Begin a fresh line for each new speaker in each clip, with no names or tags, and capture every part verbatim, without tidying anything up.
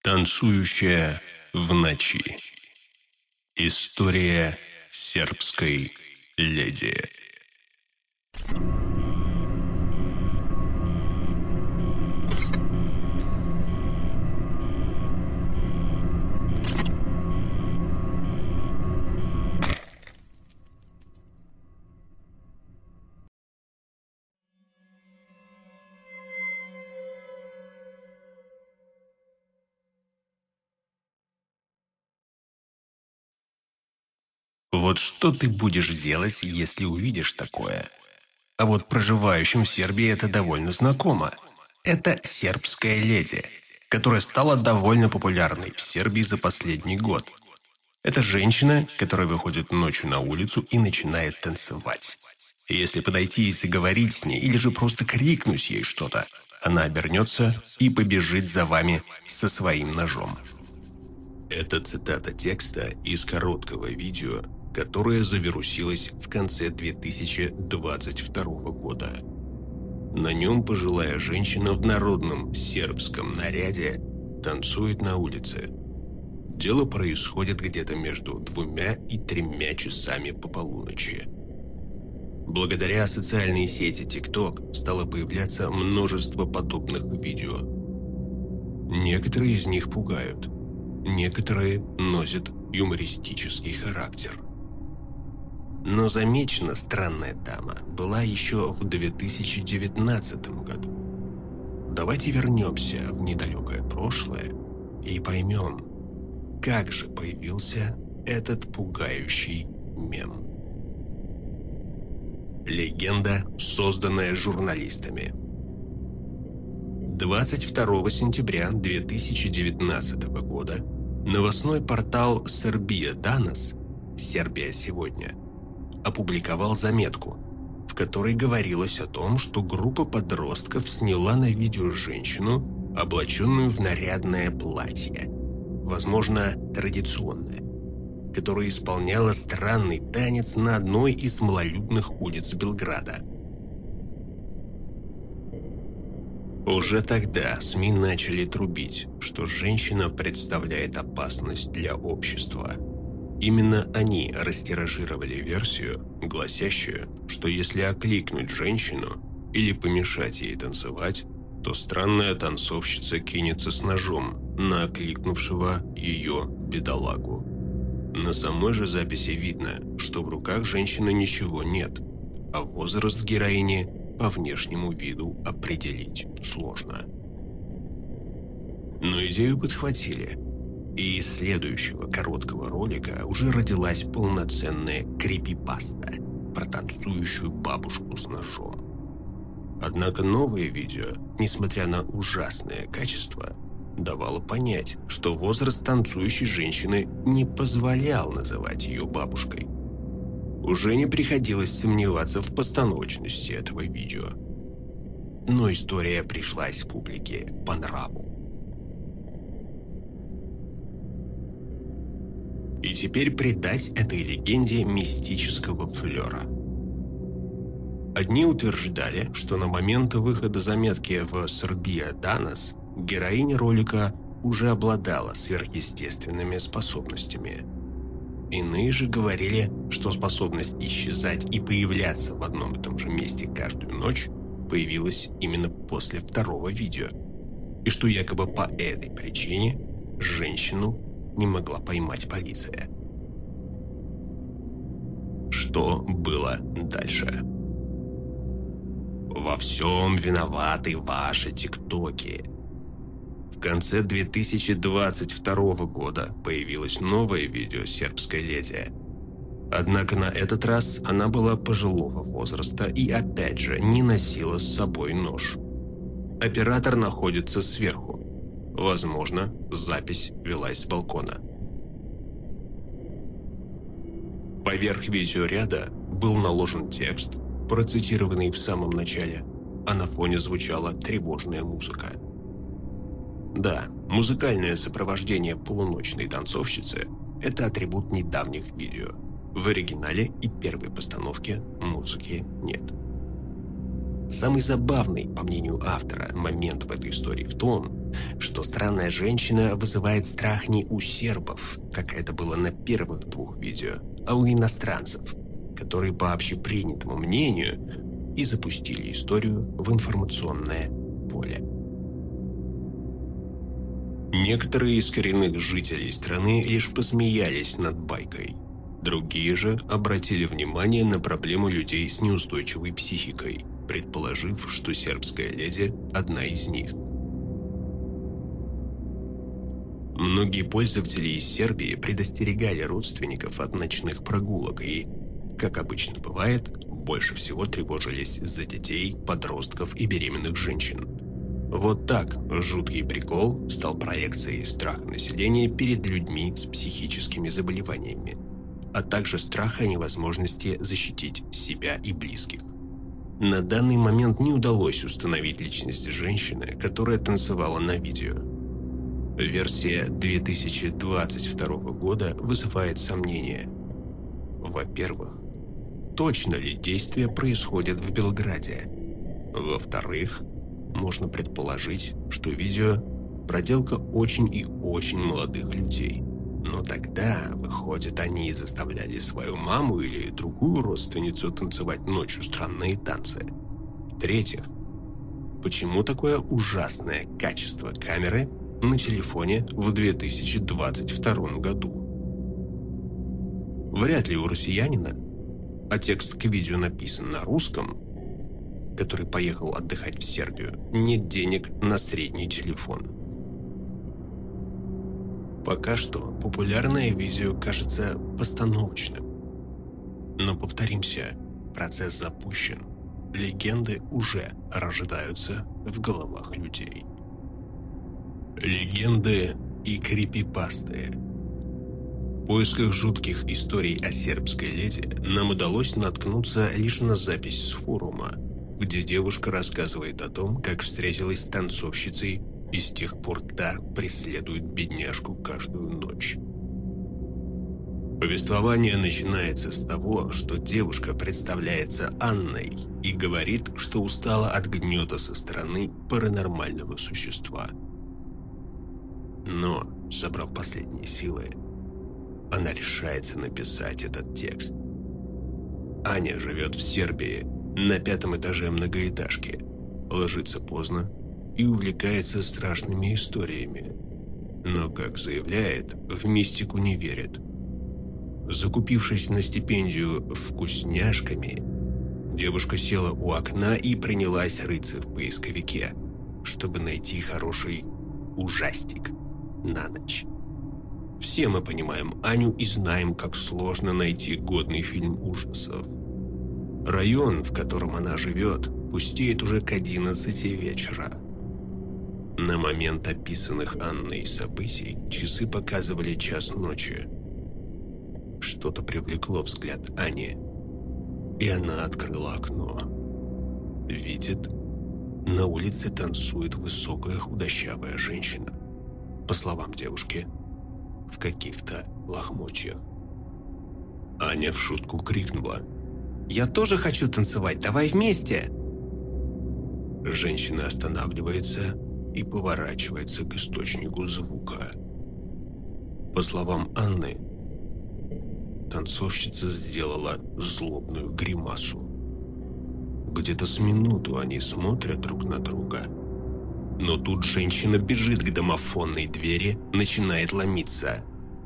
Танцующая в ночи. История сербской леди. Вот что ты будешь делать, если увидишь такое? А вот проживающим в Сербии это довольно знакомо. Это сербская леди, которая стала довольно популярной в Сербии за последний год. Это женщина, которая выходит ночью на улицу и начинает танцевать. И если подойти и заговорить с ней, или же просто крикнуть ей что-то, она обернется и побежит за вами со своим ножом. Это цитата текста из короткого видео, которое завирусилось в конце две тысячи двадцать второго года. На нем пожилая женщина в народном сербском наряде танцует на улице. Дело происходит где-то между двумя и тремя часами по полуночи. Благодаря социальной сети TikTok стало появляться множество подобных видео. Некоторые из них пугают, некоторые носят юмористический характер. Но замечена странная дама была еще в две тысячи девятнадцатом году. Давайте вернемся в недалекое прошлое и поймем, как же появился этот пугающий мем. Легенда, созданная журналистами. двадцать второго сентября две тысячи девятнадцатого года новостной портал Serbia Danas «Сербия сегодня» опубликовал заметку, в которой говорилось о том, что группа подростков сняла на видео женщину, облаченную в нарядное платье, возможно, традиционное, которая исполняла странный танец на одной из малолюдных улиц Белграда. Уже тогда СМИ начали трубить, что женщина представляет опасность для общества. Именно они растиражировали версию, гласящую, что если окликнуть женщину или помешать ей танцевать, то странная танцовщица кинется с ножом на окликнувшего ее бедолагу. На самой же записи видно, что в руках женщины ничего нет, а возраст героини по внешнему виду определить сложно. Но идею подхватили, и из следующего короткого ролика уже родилась полноценная крипипаста про танцующую бабушку с ножом. Однако новое видео, несмотря на ужасное качество, давало понять, что возраст танцующей женщины не позволял называть ее бабушкой. Уже не приходилось сомневаться в постановочности этого видео. Но история пришлась публике по нраву. И теперь придать этой легенде мистического флера. Одни утверждали, что на момент выхода заметки в Serbia Danas героиня ролика уже обладала сверхъестественными способностями. Иные же говорили, что способность исчезать и появляться в одном и том же месте каждую ночь появилась именно после второго видео, и что якобы по этой причине женщину не могла поймать полиция. Что было дальше? Во всем виноваты ваши тиктоки. В конце две тысячи двадцать второго года появилось новое видео сербской леди. Однако на этот раз она была пожилого возраста и опять же не носила с собой нож. Оператор находится сверху. Возможно, запись велась с балкона. Поверх видеоряда был наложен текст, процитированный в самом начале, а на фоне звучала тревожная музыка. Да, музыкальное сопровождение полуночной танцовщицы – это атрибут недавних видео. В оригинале и первой постановке музыки нет. Самый забавный, по мнению автора, момент в этой истории в том, что странная женщина вызывает страх не у сербов, как это было на первых двух видео, а у иностранцев, которые по общепринятому мнению и запустили историю в информационное поле. Некоторые из коренных жителей страны лишь посмеялись над байкой. Другие же обратили внимание на проблему людей с неустойчивой психикой, предположив, что сербская леди – одна из них. Многие пользователи из Сербии предостерегали родственников от ночных прогулок и, как обычно бывает, больше всего тревожились за детей, подростков и беременных женщин. Вот так жуткий прикол стал проекцией страха населения перед людьми с психическими заболеваниями, а также страха о невозможности защитить себя и близких. На данный момент не удалось установить личность женщины, которая танцевала на видео. Версия две тысячи двадцать второго года вызывает сомнения. Во-первых, точно ли действие происходит в Белграде? Во-вторых, можно предположить, что видео – проделка очень и очень молодых людей. Но тогда, выходит, они заставляли свою маму или другую родственницу танцевать ночью странные танцы. В-третьих, почему такое ужасное качество камеры на телефоне в две тысячи двадцать втором году? Вряд ли у россиянина, а текст к видео написан на русском, который поехал отдыхать в Сербию, нет денег на средний телефон. Пока что популярное видео кажется постановочным. Но повторимся, процесс запущен. Легенды уже рождаются в головах людей. Легенды и крипипасты. В поисках жутких историй о сербской леди нам удалось наткнуться лишь на запись с форума, где девушка рассказывает о том, как встретилась с танцовщицей, и с тех пор та преследует бедняжку каждую ночь. Повествование начинается с того, что девушка представляется Анной и говорит, что устала от гнета со стороны паранормального существа. Но, собрав последние силы, она решается написать этот текст. Аня живет в Сербии, на пятом этаже многоэтажки, ложится поздно и увлекается страшными историями. Но, как заявляет, в мистику не верит. Закупившись на стипендию вкусняшками, девушка села у окна и принялась рыться в поисковике, чтобы найти хороший ужастик на ночь. Все мы понимаем Аню и знаем, как сложно найти годный фильм ужасов. Район, в котором она живет, пустеет уже к одиннадцати вечера. На момент описанных Анной событий часы показывали час ночи. Что-то привлекло взгляд Ани, и она открыла окно. Видит, на улице танцует высокая худощавая женщина. По словам девушки, в каких-то лохмотьях. Аня в шутку крикнула: «Я тоже хочу танцевать, давай вместе!» Женщина останавливается и поворачивается к источнику звука. По словам Анны, танцовщица сделала злобную гримасу. Где-то с минуту они смотрят друг на друга. Но тут женщина бежит к домофонной двери, начинает ломиться.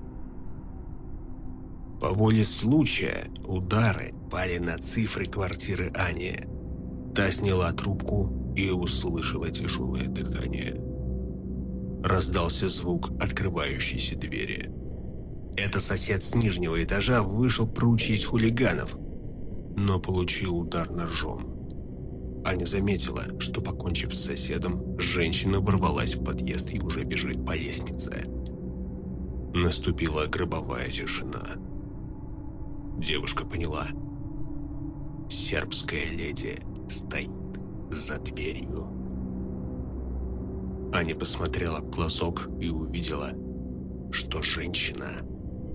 По воле случая удары пали на цифры квартиры Ани. Та сняла трубку и услышала тяжелое дыхание. Раздался звук открывающейся двери. Это сосед с нижнего этажа вышел проучить хулиганов, но получил удар ножом. Аня заметила, что, покончив с соседом, женщина ворвалась в подъезд и уже бежит по лестнице. Наступила гробовая тишина. Девушка поняла. Сербская леди стоит за дверью. Аня посмотрела в глазок и увидела, что женщина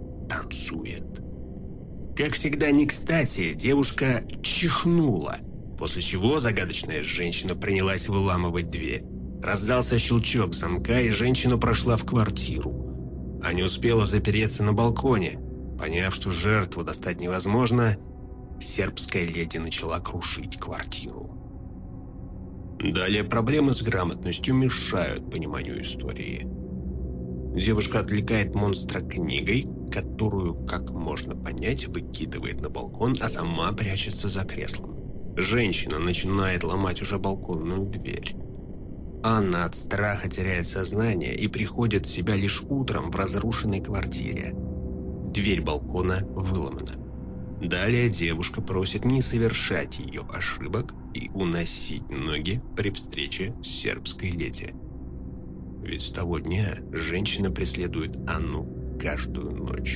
танцует. Как всегда не кстати, девушка чихнула После чего загадочная женщина принялась выламывать дверь. Раздался щелчок замка, и женщина прошла в квартиру. А не успела запереться на балконе. Поняв, что жертву достать невозможно, сербская леди начала крушить квартиру. Далее проблемы с грамотностью мешают пониманию истории. Девушка отвлекает монстра книгой, которую, как можно понять, выкидывает на балкон, а сама прячется за креслом. Женщина начинает ломать уже балконную дверь. Анна от страха теряет сознание и приходит в себя лишь утром в разрушенной квартире. Дверь балкона выломана. Далее девушка просит не совершать ее ошибок и уносить ноги при встрече с сербской леди. Ведь с того дня женщина преследует Анну каждую ночь.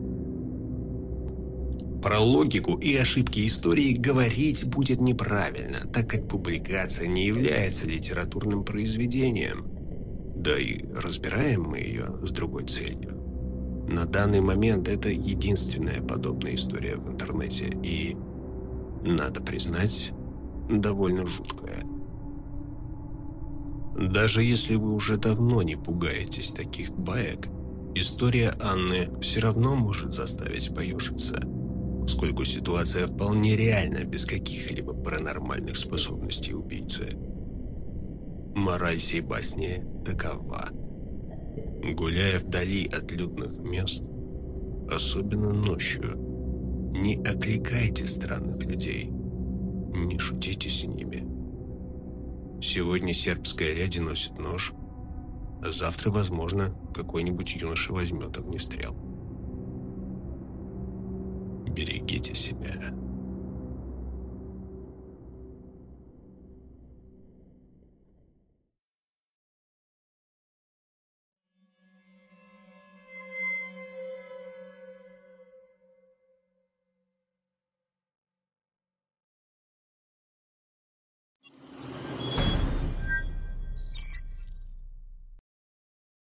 Про логику и ошибки истории говорить будет неправильно, так как публикация не является литературным произведением. Да и разбираем мы ее с другой целью. На данный момент это единственная подобная история в интернете и, надо признать, довольно жуткая. Даже если вы уже давно не пугаетесь таких баек, история Анны все равно может заставить поежиться, поскольку ситуация вполне реальна без каких-либо паранормальных способностей убийцы. Мораль сей басни такова. Гуляя вдали от людных мест, особенно ночью, не окликайте странных людей, не шутите с ними. Сегодня сербская леди носит нож, а завтра, возможно, какой-нибудь юноша возьмет огнестрел. Берегите себя.